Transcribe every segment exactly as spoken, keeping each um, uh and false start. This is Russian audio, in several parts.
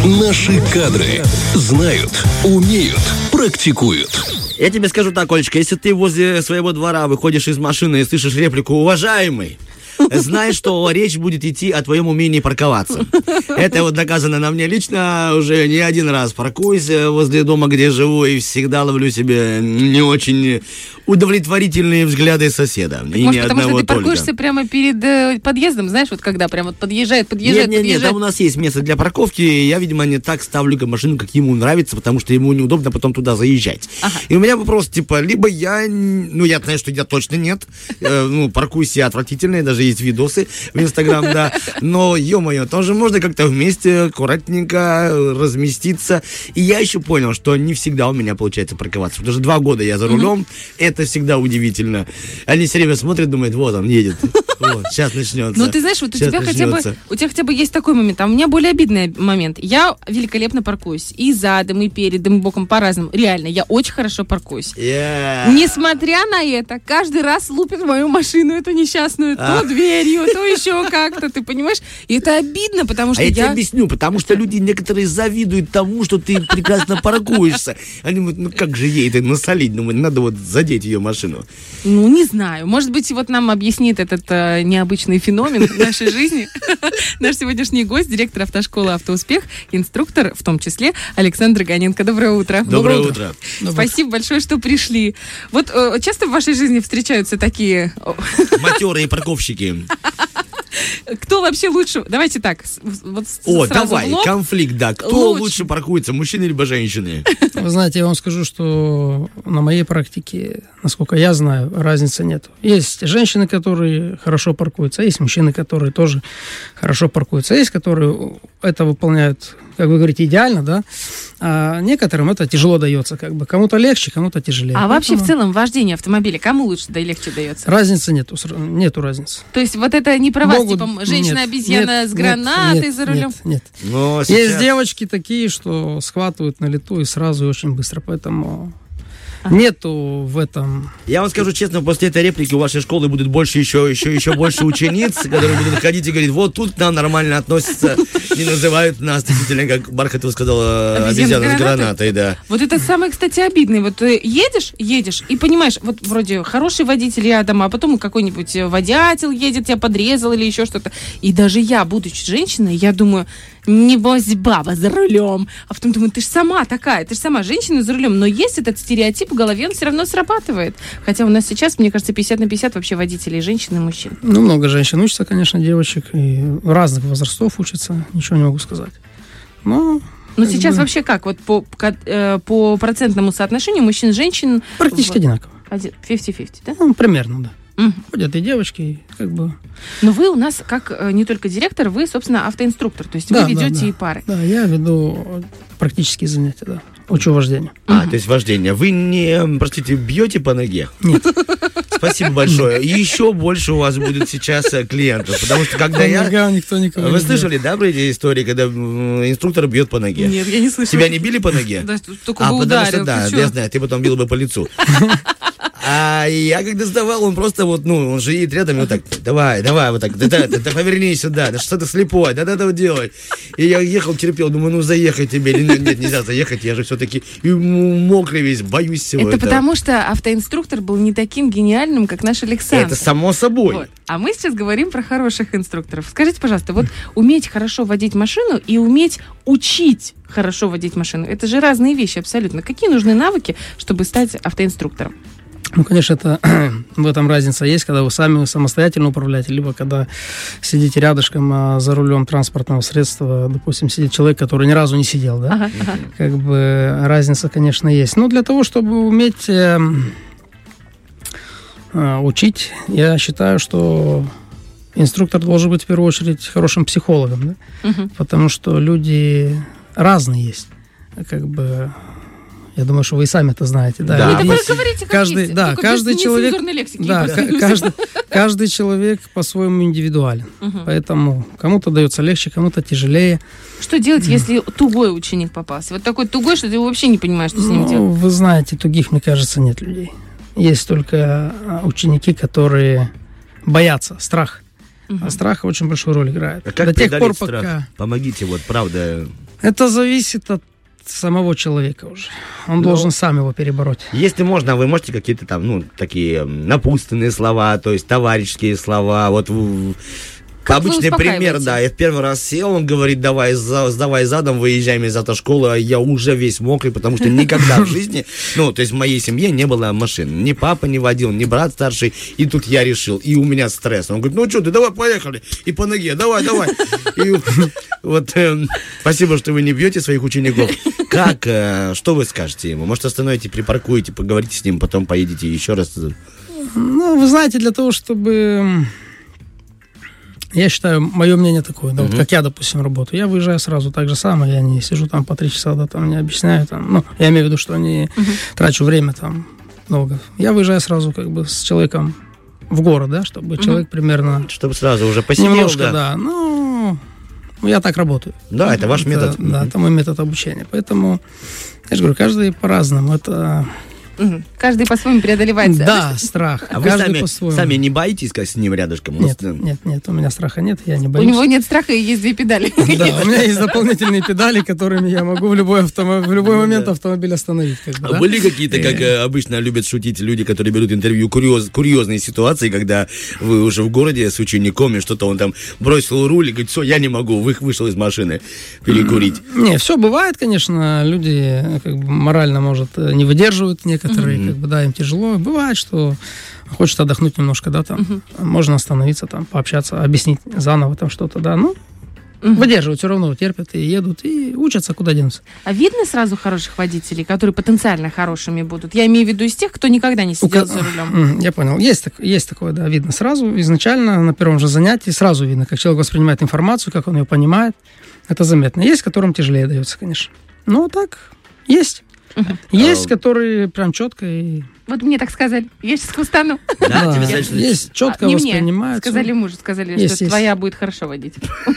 Наши кадры знают, умеют, практикуют. Я тебе скажу так, Олечка, если ты возле своего двора выходишь из машины и слышишь реплику «Уважаемый», знай, что речь будет идти о твоем умении парковаться. Это вот доказано на мне лично уже не один раз. Паркуюсь возле дома, где живу, и всегда ловлю себе не очень удовлетворительные взгляды соседа. Так, и может, ни потому что ты только. паркуешься прямо перед э, подъездом, знаешь, вот когда прям вот подъезжает, подъезжает, Нет, нет, подъезжает. нет, там у нас есть место для парковки, и я, видимо, не так ставлю машину, как ему нравится, потому что ему неудобно потом туда заезжать. Ага. И у меня вопрос, типа, либо я, ну, я знаю, что я точно нет, э, ну, паркуюсь я отвратительно, даже есть видосы в Инстаграм, да, но, ё-моё, тоже можно как-то вместе аккуратненько разместиться. И я еще понял, что не всегда у меня получается парковаться, потому что два года я за рулем, mm-hmm. это всегда удивительно. Они все время смотрят, думают, вот он едет, вот, сейчас начнется. Ну, ты знаешь, вот у тебя, хотя бы, у тебя хотя бы есть такой момент, а у меня более обидный момент. Я великолепно паркуюсь и задом, и передом, и боком, по-разному. Реально, я очень хорошо паркуюсь. Yeah. Несмотря на это, каждый раз лупит мою машину, эту несчастную, то а. дверью, то еще как-то, ты понимаешь? И это обидно, потому что а я... я... тебе объясню, потому что люди некоторые завидуют тому, что ты прекрасно паркуешься. Они думают, ну как же ей это насолить? Думают, надо вот задеть ее машину. Ну, не знаю. Может быть, вот нам объяснит этот э, необычный феномен в нашей жизни наш сегодняшний гость, директор автошколы «Автоуспех», инструктор, в том числе, Александр Ганенко. Доброе утро. Доброе утро. Спасибо большое, что пришли. Вот э, часто в вашей жизни встречаются такие... Матерые парковщики. Кто вообще лучше? Давайте так. Вот О, давай, конфликт, да. Кто лучше. лучше паркуется, мужчины либо женщины? Вы знаете, я вам скажу, что на моей практике, насколько я знаю, разницы нет. Есть женщины, которые хорошо паркуются, есть мужчины, которые тоже хорошо паркуются, есть, которые это выполняют, как вы говорите, идеально, да, а некоторым это тяжело дается, как бы, кому-то легче, кому-то тяжелее. А Поэтому... вообще в целом вождение автомобиля кому лучше да и легче дается? Разницы нету, нету разницы. То есть вот это не про вас, Могут... типа женщина-обезьяна нет, с гранатой нет, за рулем? Нет, нет. Но есть сейчас... девочки такие, что схватывают на лету и сразу и очень быстро, поэтому... Нету в этом... Я вам скажу честно, после этой реплики у вашей школы будет больше еще, еще, еще больше учениц, которые будут ходить и говорить, вот тут к нам нормально относятся, не называют нас, действительно, как Бархатова сказала, обезьяна с гранатой, да. Вот это самое, кстати, обидное. Вот едешь, едешь, и понимаешь, вот вроде хороший водитель рядом, а потом какой-нибудь водятел едет, тебя подрезал или еще что-то. И даже я, будучи женщиной, я думаю... Небось, баба за рулем. А потом думаю, ты же сама такая, ты же сама женщина за рулем. Но есть этот стереотип в голове, он все равно срабатывает. Хотя у нас сейчас, мне кажется, пятьдесят на пятьдесят вообще водителей, женщин и мужчин. Ну, много женщин учатся, конечно, девочек. И разных возрастов учатся, ничего не могу сказать. Но... Ну, сейчас бы... вообще как? Вот по, по, по процентному соотношению мужчин и женщин... Практически в... одинаково. пятьдесят на пятьдесят, да? Ну, примерно, да. Угу. Ходят и девочки, как бы... Но вы у нас, как не только директор, вы, собственно, автоинструктор. То есть да, вы ведете да, да. и пары. Да, я веду практические занятия, да. Учу вождение. А, угу. то есть вождение. Вы не, простите, бьете по ноге? Нет. Спасибо большое. И еще больше у вас будет сейчас клиентов. Потому что когда я... Нога никто никого Вы не слышали, да, про эти истории, когда инструктор бьет по ноге? Нет, я не слышала. Тебя не били по ноге? Да, только а, бы потому ударил. что, да, я знаю, ты потом бил бы по лицу. А я когда сдавал, он просто вот, ну, он же едет рядом, и вот так, давай, давай, вот так, да, да, да, поверни сюда, да что ты слепой, да, да, да, делай. И я ехал, терпел, думаю, ну, заехать тебе, или нет, нет, нельзя заехать, я же все-таки мокрый весь, боюсь всего это. Это этого. потому, что автоинструктор был не таким гениальным, как наш Александр. Это само собой. Вот. А мы сейчас говорим про хороших инструкторов. Скажите, пожалуйста, вот уметь хорошо водить машину и уметь учить хорошо водить машину, это же разные вещи абсолютно. Какие нужны навыки, чтобы стать автоинструктором? Ну, конечно, это, в этом разница есть, когда вы сами самостоятельно управляете, либо когда сидите рядышком а за рулем транспортного средства, допустим, сидит человек, который ни разу не сидел, да? Ага, ага. Как бы разница, конечно, есть. Но для того, чтобы уметь э, э, учить, я считаю, что инструктор должен быть в первую очередь хорошим психологом, да? Угу. Потому что люди разные есть, как бы... Я думаю, что вы и сами это знаете. Да, да. Вы такое говорите, как каждый, есть, да, только каждый без человек, нецензурной лексики. да, к- каждый, каждый человек по-своему индивидуален. Угу. Поэтому кому-то дается легче, кому-то тяжелее. Что делать, если тугой ученик попался? Вот такой тугой, что ты вообще не понимаешь, что с ним Ну, делать. вы знаете, тугих, мне кажется, нет людей. Есть только ученики, которые боятся, страх. Угу. А страх очень большую роль играет. А как До тех преодолеть пор, страх? пока... Помогите, вот, правда. Это зависит от самого человека уже. Он Ну, должен сам его перебороть. Если можно, вы можете какие-то там, ну, такие напутственные слова, то есть товарищеские слова, вот в- Как вы обычный пример, успокаиваете? да, я в первый раз сел, он говорит, давай, за- сдавай задом, выезжаем из автошколы, а я уже весь мокрый, потому что никогда в жизни, ну, то есть в моей семье не было машин, ни папа не водил, ни брат старший, и тут я решил, и у меня стресс, он говорит, ну что ты, давай, поехали, и по ноге, давай, давай, и вот эм, спасибо, что вы не бьете своих учеников. Как, э, что вы скажете ему? Может, остановите, припаркуете, поговорите с ним, потом поедете еще раз. Ну, вы знаете, для того, чтобы... Я считаю, мое мнение такое, да, вот как я, допустим, работаю. Я выезжаю сразу так же самое, я не сижу там по три часа, да, там не объясняю, там, ну, я имею в виду, что не трачу время там много. Я выезжаю сразу как бы с человеком в город, да, чтобы человек примерно Чтобы сразу уже посидел, немножко, да. да, ну, я так работаю. Да, это ваш метод. Да, это мой метод обучения. Поэтому, я же говорю, каждый по-разному. Это, Мгм. Каждый по-своему преодолевает. да, страх. А вы каждый сами, по-своему. сами не боитесь, как с ним рядышком? Нет, Вот, нет, нет, у меня страха нет, я не У боюсь. него нет страха и есть две педали. Да, у меня есть дополнительные педали, которыми я могу в любой, автомо- в любой момент автомобиль остановить. Как бы, А да? были какие-то, как э, обычно любят шутить люди, которые берут интервью, курьез, курьезные ситуации, когда вы уже в городе с учеником, и что-то он там бросил руль и говорит, все, я не могу, вы, вышел из машины перекурить. Не, все бывает, конечно, люди э, как бы морально, может, э, не выдерживают некоторые, как бы, да, им тяжело. Бывает, что хочет отдохнуть немножко, да, там, можно остановиться, там, пообщаться, объяснить заново там что-то, да, ну, выдерживают, все равно терпят и едут, и учатся, куда денутся. А видно сразу хороших водителей, которые потенциально хорошими будут? Я имею в виду из тех, кто никогда не сидел У ко- за рулем. М, Я понял. Есть, так- есть такое, да, видно сразу. Изначально на первом же занятии сразу видно, как человек воспринимает информацию, как он ее понимает. Это заметно. Есть, которым тяжелее дается, конечно. Ну, так, есть. Есть, А- которые прям четко и... Вот мне так сказали. Я сейчас устану. Да, Да, тебе сказать, что- есть, четко А, не мне. воспринимают. Сказали мужу, сказали, Есть, что есть. твоя будет хорошо водить.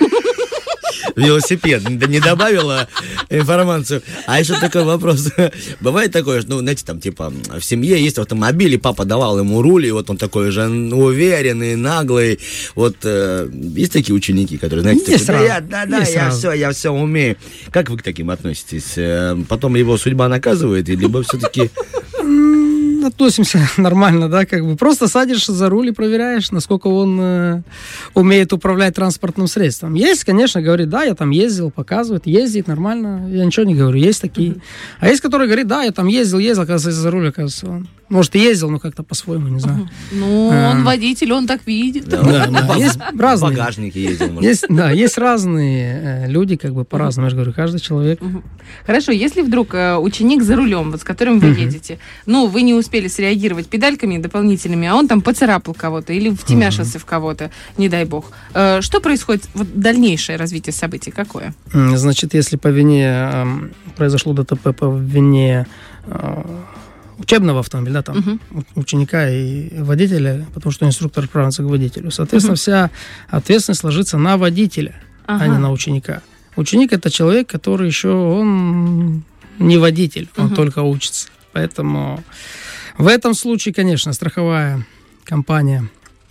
велосипед, да не добавила информацию. А еще такой вопрос. Бывает такое, что, ну, знаете, там, типа, в семье есть автомобиль, и папа давал ему руль, и вот он такой же уверенный, наглый. Вот э, есть такие ученики, которые, знаете, Есть такой, да, сразу. я, да, да, Есть я сразу. все, я все умею. Как вы к таким относитесь? Э, Потом его судьба наказывает, или либо все-таки... М, Относимся нормально, да, как бы. Просто садишь за руль и проверяешь, насколько он э, умеет управлять транспортным средством. Есть, конечно, говорит, да, я там ездил, показывает, ездит нормально, я ничего не говорю, есть такие. А есть, которые говорят, да, я там ездил, ездил, оказывается, за руль, оказывается, он, может, и ездил, но как-то по-своему, не знаю. Ну, А. он водитель, он так видит. Да, да, есть В разные. багажнике ездил, может. Есть, да, есть разные э, люди, как бы по-разному, я же говорю, каждый человек. Хорошо, если вдруг э, ученик за рулем, вот с которым вы едете, ну, вы не успели среагировать педальками дополнительными, а он там поцарапал кого-то или втемяшился в кого-то, не дай бог. Э, что происходит, вот дальнейшее развитие событий какое? М, Значит, если по вине эм, произошло ДТП по вине э, учебного автомобиля, да, там, у- ученика и водителя, потому что инструктор отправился к водителю, соответственно, вся ответственность ложится на водителя, а Ага. не на ученика. Ученик – это человек, который еще, он не водитель, он только учится. Поэтому в этом случае, конечно, страховая компания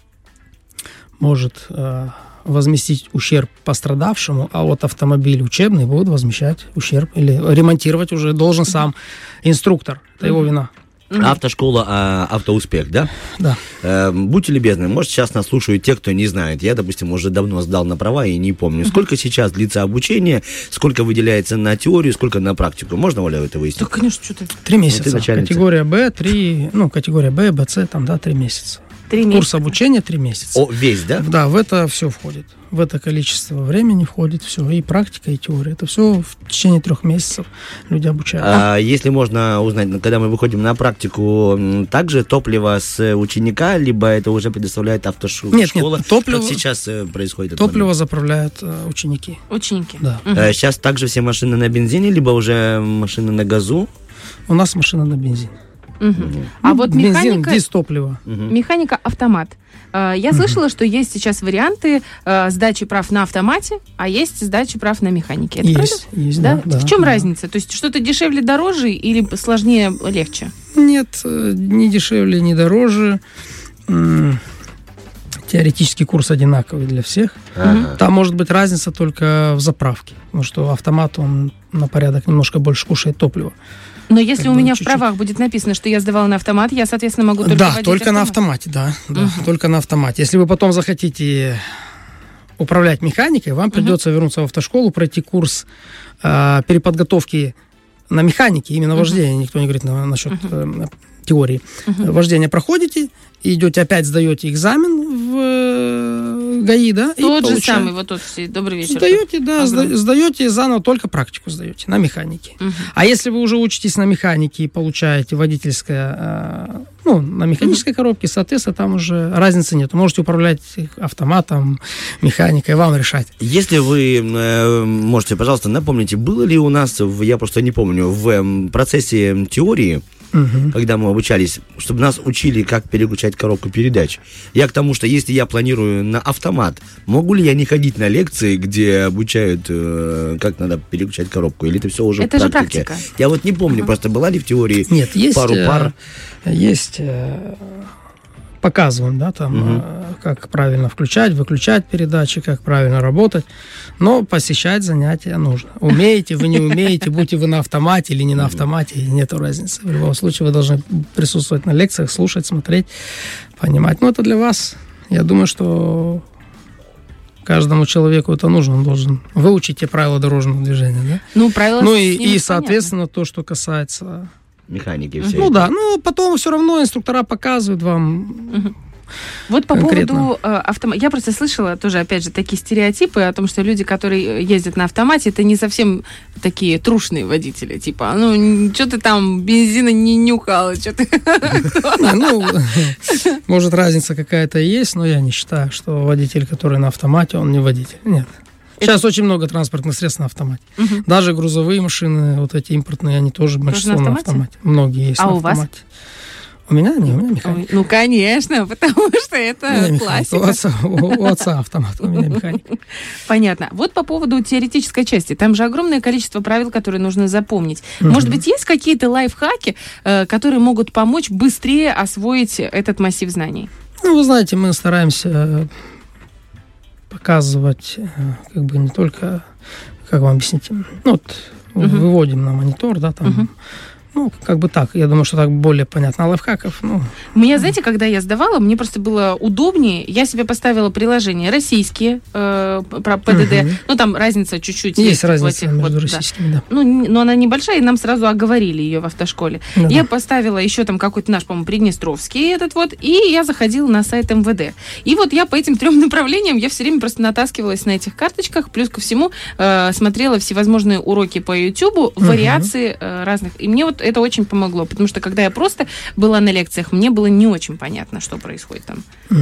может э, возместить ущерб пострадавшему, а вот автомобиль учебный будет возмещать ущерб или ремонтировать уже должен сам инструктор. Это его вина. Автошкола а, «Автоуспех», да? Да. Э, будьте любезны, может, сейчас нас слушают те, кто не знает. Я, допустим, уже давно сдал на права и не помню. Сколько сейчас длится обучение, сколько выделяется на теорию, сколько на практику? Можно, Оля, это выяснить? Да, конечно, что-то Три месяца. начальница. Категория Б, три, ну, категория Б, Б, С, там, да, три месяца. три Курс месяца. обучения три месяца. О, весь, да? Да, в это все входит. В это количество времени входит все. И практика, и теория. Это все в течение трех месяцев люди обучаются. А, если можно узнать, ну, когда мы выходим на практику, м, также топливо с ученика, либо это уже предоставляет автошкола? Нет, нет, топливо- Как сейчас э, происходит это? Топливо заправляют э, ученики. Ученики. Да. Э, Сейчас также все машины на бензине, либо уже машины на газу? У нас машина на бензине. Мгм. А Ну, вот бензин, механика... дистопливо. Механика автомат. Э, Я слышала, что есть сейчас варианты э, сдачи прав на автомате, а есть сдачи прав на механике. Это Есть, правда? есть, Да? да, да, В чем да. разница? То есть что-то дешевле, дороже или сложнее, легче? Нет, э, ни дешевле, ни дороже. М, теоретический курс одинаковый для всех. Ага. Там может быть разница только в заправке, потому что автомат, он на порядок немножко больше кушает топлива. Но если Как у бы меня чуть-чуть. в правах будет написано, что я сдавала на автомат, я, соответственно, могу только Да, водить только на автомат. автомате, да, да, только на автомате. Если вы потом захотите управлять механикой, вам придется вернуться в автошколу, пройти курс э, переподготовки на механике, именно вождения. Никто не говорит на, насчет э, теории. Вождение проходите, и идете опять сдаете экзамен в э, ГАИ, да? и Тот же получаете. самый, вот тот все. Добрый вечер. Сдаете, да, Ага. сда- сдаете заново, только практику сдаете на механике. Мгм. А если вы уже учитесь на механике и получаете водительское, э, ну, на механической коробке, соответственно, там уже разницы нет. Можете управлять автоматом, механикой, вам решать. Если вы э, можете, пожалуйста, напомните, было ли у нас, в- я просто не помню, в э, процессе теории, Мгм. когда мы обучались, чтобы нас учили, как переключать коробку передач. Я к тому, что если я планирую на автомат, могу ли я не ходить на лекции, где обучают, э, как надо переключать коробку? Или это все уже Это в же практике? практика. Я вот не помню, просто была ли в теории Нет, есть, пару э, пар? есть э, показываем, да, там, Мгм. э, как правильно включать, выключать передачи, как правильно работать, но посещать занятия нужно. Умеете вы, не умеете, будете вы на автомате или не на автомате, нету разницы. В любом случае вы должны присутствовать на лекциях, слушать, смотреть, понимать. Но это для вас, я думаю, что каждому человеку это нужно, он должен выучить те правила дорожного движения, да? Ну, правила Ну с и, ними и, соответственно, то, что касается... Механики все. Ну да, ну потом все равно инструктора показывают вам. понятно. Вот по конкретно. поводу э, автомата. Я просто слышала тоже, опять же, такие стереотипы о том, что люди, которые ездят на автомате, это не совсем такие трушные водители. Типа, ну, что ты там бензина не нюхал, что ты... Не, ну, может, разница какая-то и есть, но я не считаю, что водитель, который на автомате, он не водитель. Нет. Сейчас очень много транспортных средств на автомате. Мгм. Даже грузовые машины, вот эти импортные, они тоже большинство на на автомате? автомате. Многие есть А на у вас? автомате. У меня? Не, у меня механик. Ой, ну, конечно, потому что У меня это механик. У классика. отца, у- у отца автомат, у меня механик. Понятно. Вот по поводу теоретической части. Там же огромное количество правил, которые нужно запомнить. Может быть, есть какие-то лайфхаки, э, которые могут помочь быстрее освоить этот массив знаний? Ну, вы знаете, мы стараемся показывать, э, как бы не только, как вам объяснить, ну, вот Мгм. выводим на монитор, да, там, Мгм. ну, как бы так, я думаю, что так более понятно. А лайфхаков, ну, Мне, знаете, когда я сдавала, мне просто было удобнее. Я себе поставила приложения российские э, про ПДД. Мгм. Ну, там разница чуть-чуть есть в разница этих между вот, да. российскими, да. Ну, н- но она небольшая, и нам сразу оговорили ее в автошколе. Да-да. Я поставила еще там какой-то наш, по-моему, Приднестровский этот вот, и я заходила на сайт эм вэ дэ. И вот я по этим трем направлениям, я все время просто натаскивалась на этих карточках, плюс ко всему э, смотрела всевозможные уроки по Ютубу, вариации э, разных. И мне вот это очень помогло, потому что когда я просто была на лекциях, мне было не очень понятно, что происходит там.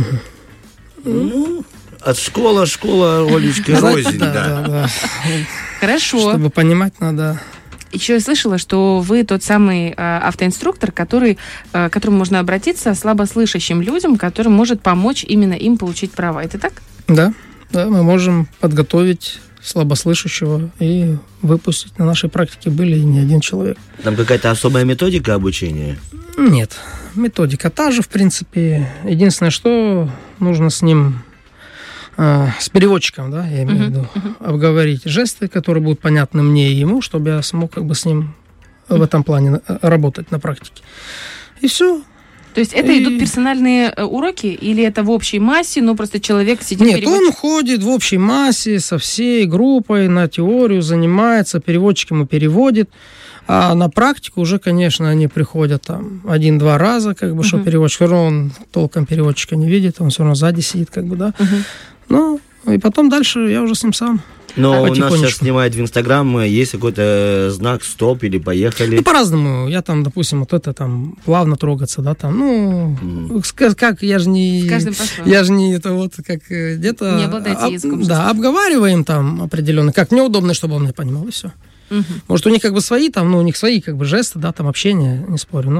Ну, от школа, школа, Олечка, рознь, да, да. да, да. Хорошо. Чтобы понимать, надо... Еще я слышала, что вы тот самый э, автоинструктор, который, э, к которому можно обратиться слабослышащим людям, который может помочь именно им получить права. Это так? Да, да, мы можем подготовить слабослышащего и выпустить. На нашей практике были и не один человек. Там какая-то особая методика обучения? Нет, методика та же, в принципе. Единственное, что нужно с ним, э, с переводчиком, да, я имею в виду, обговорить жесты, которые будут понятны мне и ему, чтобы я смог как бы с ним в этом плане э, работать на практике. И все. То есть это И- идут персональные э, уроки или это в общей массе, но просто человек сидит Нет, переводчик? он ходит в общей массе со всей группой на теорию, занимается, переводчик ему переводит. А на практику уже, конечно, они приходят там один-два раза, как бы, что Мгм. переводчик, все равно он толком переводчика не видит, он все равно сзади сидит, как бы, да. Мгм. Ну, и потом дальше я уже с ним сам. Но А, у нас потихонечку. сейчас снимает в Инстаграм, есть какой-то знак стоп или поехали. Ну, по-разному. Я там, допустим, вот это там плавно трогаться, да, там, ну, Мгм. ска- как, я же не... С каждым по-своему. Я же не это вот как э, где-то... Не обладаете об- языком Да, обговариваем там определенно, как мне удобно, чтобы он меня понимал, и все. Мгм. Может, у них как бы свои там, ну, у них свои как бы жесты, да, там общение, не спорю, но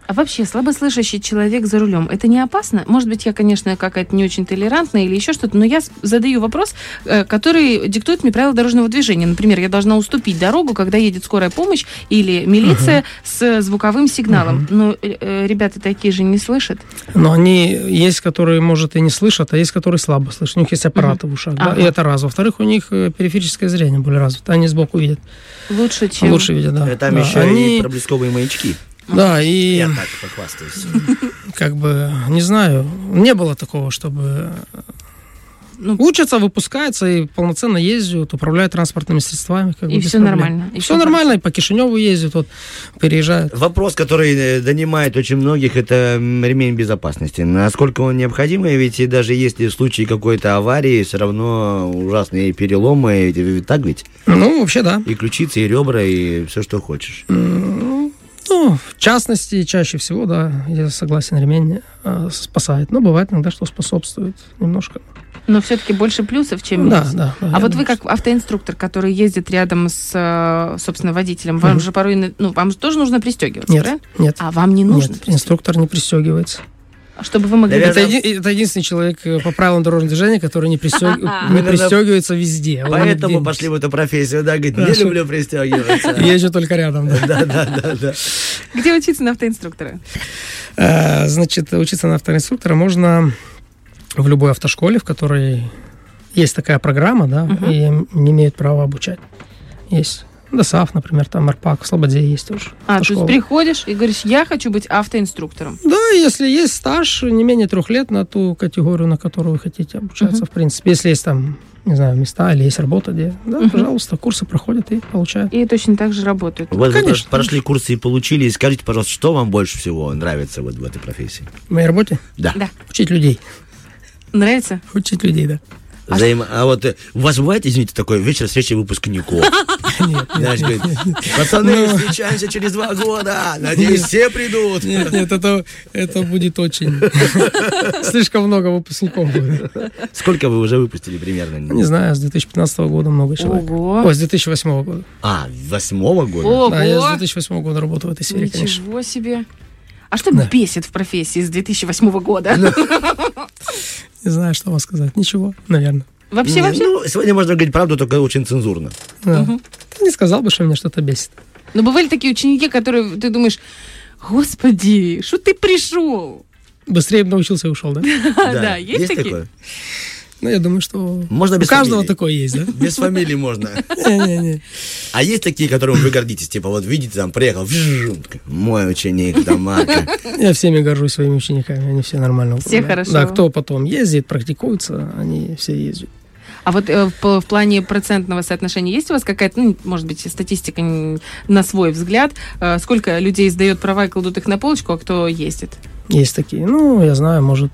А вообще, слабослышащий человек за рулем, это не опасно? Может быть, я, конечно, какая-то не очень толерантная или еще что-то, но я задаю вопрос, который диктует мне правила дорожного движения. Например, я должна уступить дорогу, когда едет скорая помощь или милиция uh-huh. с звуковым сигналом. Uh-huh. Но э, ребята такие же не слышат. Но они есть, которые, может, и не слышат, а есть, которые слабо слышат. У них есть аппараты uh-huh. в ушах. Да? Uh-huh. И это раз. Во-вторых, у них периферическое зрение более развито. Они сбоку видят. Лучше, чем... Лучше видят, да. Там да. еще они... и проблесковые маячки. Да, и... Я так похвастаюсь. Как бы, не знаю, не было такого, чтобы... Ну, учатся, выпускаются и полноценно ездят, управляют транспортными средствами. Как и бы, все проблем. нормально. И все нормально, и по Кишиневу ездят, вот, переезжают. Вопрос, который донимает очень многих, это ремень безопасности. Насколько он необходим, ведь и даже если в случае какой-то аварии, все равно ужасные переломы, так ведь? Ну, вообще, да. И ключицы, и ребра, и все, что хочешь. Ну, в частности, чаще всего, да, я согласен, ремень э, спасает. Но бывает иногда, что способствует немножко. Но все-таки больше плюсов, чем минусов. Да, да. да а вот вы думаю, как автоинструктор, который ездит рядом с, собственно, водителем, вам mm-hmm. же порой, ну, вам же тоже нужно пристегиваться, нет, правильно? Нет. А вам не нужно? Нет, инструктор не пристегивается. Чтобы вы могли... Наверное, это, еди... это единственный человек по правилам дорожного движения, который не, пристег... не пристегивается везде. Поэтому пошли в эту профессию, да, говорит, не люблю пристегиваться. Езжу только рядом, да. Да, да, да. Где учиться на автоинструктора? Значит, учиться на автоинструктора можно в любой автошколе, в которой есть такая программа, да, и не имеют права обучать. Есть. ДОСААФ, например, там МРПАК, в Слободе есть тоже. А, то есть приходишь и говоришь, я хочу быть автоинструктором. Да, если есть стаж не менее трех лет на ту категорию, на которую вы хотите обучаться, uh-huh. в принципе. Если есть там, не знаю, места или есть работа, где, да, uh-huh. пожалуйста, курсы проходят и получают. И точно так же работают. Вот конечно, вы прошли курсы и получили. Скажите, пожалуйста, что вам больше всего нравится вот в этой профессии? В моей работе? Да. да. Учить людей. Нравится? Учить людей, да. А, Взаим... а вот у вас бывает, извините, такой вечер встречи выпускников? Нет, знаешь, говорит, пацаны, встречаемся через два года, надеюсь, все придут. Нет, нет, это, это будет очень... Слишком много выпускников будет. Сколько вы уже выпустили примерно? Не знаю, с две тысячи пятнадцатого года много человек. Ого. Ой, с две тысячи восьмого года. А, восьмого года? Ого. Да, я с две тысячи восьмого года работаю в этой сфере, Ничего конечно. Ничего себе. А что да. бесит в профессии с две тысячи восьмого года? Не знаю, что вам сказать. Ничего, наверное. Вообще, Не, вообще? Ну, сегодня можно говорить правду, только очень цензурно. Да. Угу. Ты не сказал бы, что меня что-то бесит. Но бывали такие ученики, которые ты думаешь, господи, что ты пришел? Быстрее бы научился и ушел, да? Да, есть такие? такое? Ну, я думаю, что можно без у каждого фамилии. такое есть, да? Без фамилии можно. Не-не-не. А есть такие, которым вы гордитесь? Типа, вот видите, там, приехал, мой ученик, там, Марка. Я всеми горжусь своими учениками, они все нормально Все управляют. хорошо. Да, кто потом ездит, практикуется, они все ездят. А вот э, в, в плане процентного соотношения есть у вас какая-то, ну, может быть, статистика на свой взгляд, э, сколько людей сдает права и кладут их на полочку, а кто ездит? Есть такие. Ну, я знаю, может...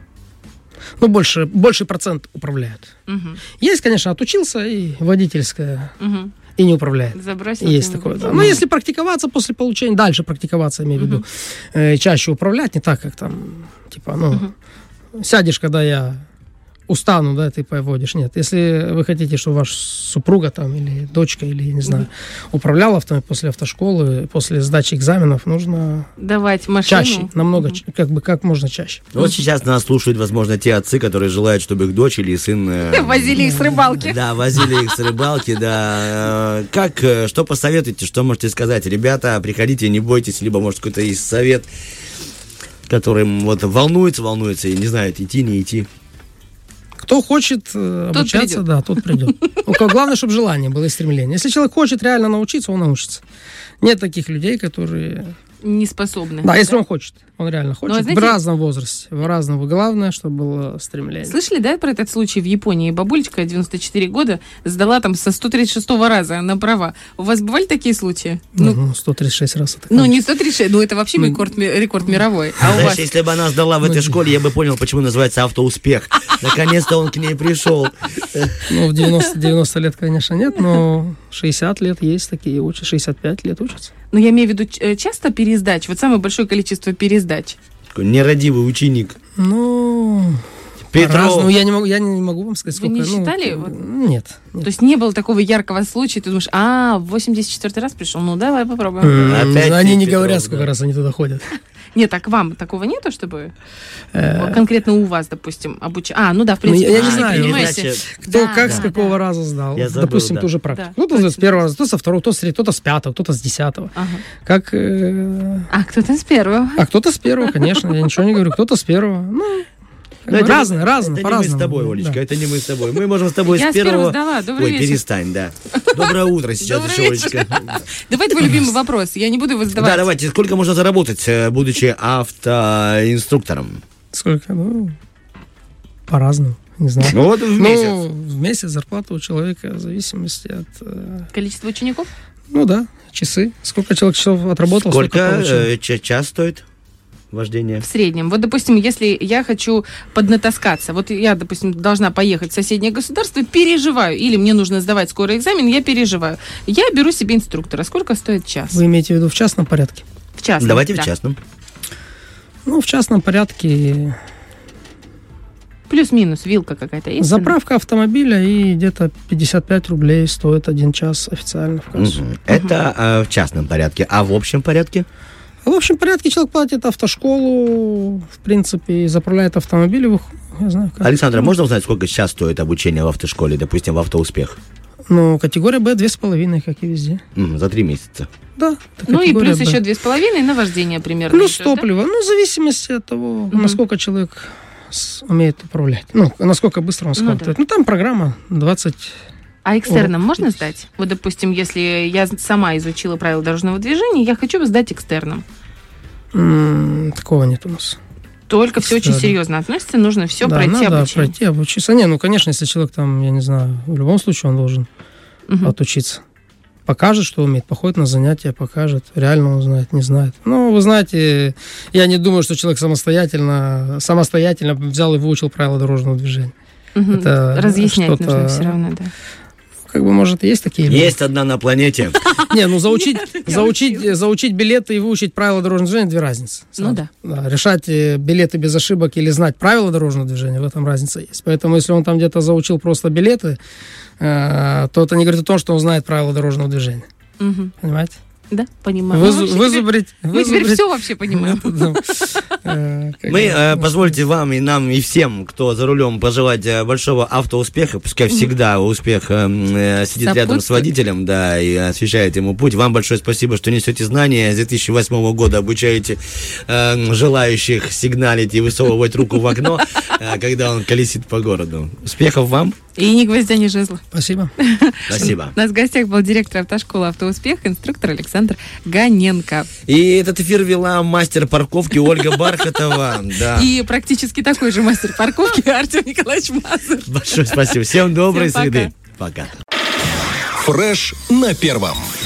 Ну, больше, больше процент управляют. Угу. Есть, конечно, отучился и водительское, Угу. и не управляет. Забросил. Есть такое, да. Но если практиковаться после получения, дальше практиковаться, имею в виду, э, чаще управлять, не так, как там, типа, ну, угу. сядешь, когда я устану, да, ты поводишь. Нет, если вы хотите, чтобы ваша супруга там или дочка, или, не знаю, управляла автомобилем после автошколы, после сдачи экзаменов, нужно давать машину. чаще, намного, mm-hmm. как бы, как можно чаще. Вот сейчас нас слушают, возможно, те отцы, которые желают, чтобы их дочь или сын... э, Возили их с рыбалки. Да, возили их с рыбалки, да. Э, Как, э, что посоветуете, что можете сказать? Ребята, приходите, не бойтесь, либо, может, какой-то есть совет, которым вот волнуется, волнуется и не знает, идти, не идти. Кто хочет э, обучаться, придет. да, тот придет. Главное, чтобы желание было и стремление. Если человек хочет реально научиться, он научится. Нет таких людей, которые... Не способны. Да, если он хочет. Он реально хочет. Ну, а знаете, в разном возрасте. В разном. Главное, чтобы было стремление. Слышали, да, про этот случай в Японии? Бабулечка, девяносто четыре года, сдала там со сто тридцать шестого раза на права. У вас бывали такие случаи? Ну, ну сто тридцать шесть раз. Это, ну, не сто тридцать шесть, ну, это вообще ну, рекорд, рекорд мировой. А Знаешь, у вас... если бы она сдала в этой школе, я бы понял, почему называется автоуспех. Наконец-то он к ней пришел. Ну, в девяносто, девяносто лет, конечно, нет, но шестьдесят лет есть такие, учатся, шестьдесят пять лет учатся. Но я имею в виду часто пересдач, вот самое большое количество пересдач. Нерадивый ученик. Ну... Петров. Ну, я не могу, я не могу вам сказать, сколько. Вы не считали? Ну, вот? нет, нет. То есть не было такого яркого случая, ты думаешь, а, в восемьдесят четвёртый раз пришел, ну давай попробуем. Mm, Опять они не Петров, говорят, да. сколько раз они туда ходят. Нет, а к вам такого нету, чтобы конкретно у вас, допустим, обучать? А, ну да, в принципе. Ну, я не а, знаю, понимаете? Кто Да, как, да, с какого да. раза сдал. Я забыл, Допустим, да. ту же практику. Да, Кто-то с точно. первого раза, кто со второго, кто с третьего, кто-то с пятого, кто-то с десятого. Ага. Как, э, А, кто-то с первого. а кто-то с первого, конечно, я ничего не говорю. Кто-то с первого. Ну, как бы это- разное, разное, Это не мы по-разному. с тобой, Олечка, Да. это не мы с тобой. Мы можем с тобой Я с с первого первого... сдала. Добрый Ой, вечер. перестань, да. Доброе утро сейчас Добрый еще, вечер. Олечка. Давай твой любимый вопрос. Я не буду его задавать. Да, давайте. Сколько можно заработать, э, будучи автоинструктором? Сколько? Ну, по-разному, не знаю. Ну, вот в месяц. Ну, в месяц зарплата у человека в зависимости от... э, Количество учеников? Ну да, часы. Сколько человек часов отработал, Сколько столько получил. э, ча- час стоит вождение? В среднем. Вот, допустим, если я хочу поднатаскаться, вот я, допустим, должна поехать в соседнее государство, переживаю, или мне нужно сдавать скоро экзамен, я переживаю. Я беру себе инструктора. Сколько стоит час? Вы имеете в виду в частном порядке? В частном. Давайте да. в частном. Ну, в частном порядке Плюс-минус, вилка какая-то есть? заправка автомобиля и где-то пятьдесят пять рублей стоит один час официально в кассу. Мгм. Это э, в частном порядке. А в общем порядке? В общем порядке человек платит автошколу, в принципе, и заправляет автомобиль. и вых- Я знаю, как. Александра, можно узнать, сколько сейчас стоит обучение в автошколе, допустим, в «Автоуспех»? Ну, категория Б две с половиной, как и везде. М, за три месяца. Да. это Ну и категория плюс Б. еще две с половиной на вождение примерно. Плюс идет, да? топливо. Ну, в зависимости от того, Мгм. насколько человек с- умеет управлять. Ну, насколько быстро он Ну схватывает. да. Ну, там программа двадцать. А экстерном О, можно видите. сдать? Вот, допустим, если я сама изучила правила дорожного движения, я хочу сдать экстерном. М, Такого нет у нас. Только все очень Экстерном. серьезно относится, нужно все Да, пройти надо обучение. пройти, обучиться. Не, ну, конечно, если человек там, я не знаю, в любом случае он должен Мгм. отучиться. Покажет, что умеет, походит на занятия, покажет. Реально он знает, не знает. Ну, вы знаете, я не думаю, что человек самостоятельно, самостоятельно взял и выучил правила дорожного движения. Мгм. это Разъяснять что-то- нужно все равно, да. Как бы, может, есть такие люди? Есть одна на планете. Не, ну заучить, заучить, заучить билеты и выучить правила дорожного движения — две разницы. Ну да. Решать э, билеты без ошибок или знать правила дорожного движения — в этом разница есть. Поэтому, если он там где-то заучил просто билеты, э, то это не говорит о том, что он знает правила дорожного движения. Мгм. Понимаете? Да, понимаю. Вызу- Ну, вообще вызубрить... теперь- Мы теперь вызубрить- все вообще понимаем. Да. Э, как Мы, бы, э, ну, позвольте вам и нам, и всем, кто за рулем, пожелать э, большого автоуспеха. Пускай всегда успех э, э, сидит рядом с Сопутствует. водителем, да, и освещает ему путь. Вам большое спасибо, что несете знания. С две тысячи восьмого года обучаете э, желающих сигналить и высовывать руку в окно, э, когда он колесит по городу. Успехов вам. И ни гвоздя, ни жезла. Спасибо. Спасибо. У нас в гостях был директор автошколы «Автоуспех», инструктор Александр Ганенко. И этот эфир вела мастер парковки Ольга Бархатова. Да. И практически такой же мастер парковки Артем Николаевич Мазур. Большое спасибо. Всем доброй Всем пока. среды. Пока. Фреш на первом.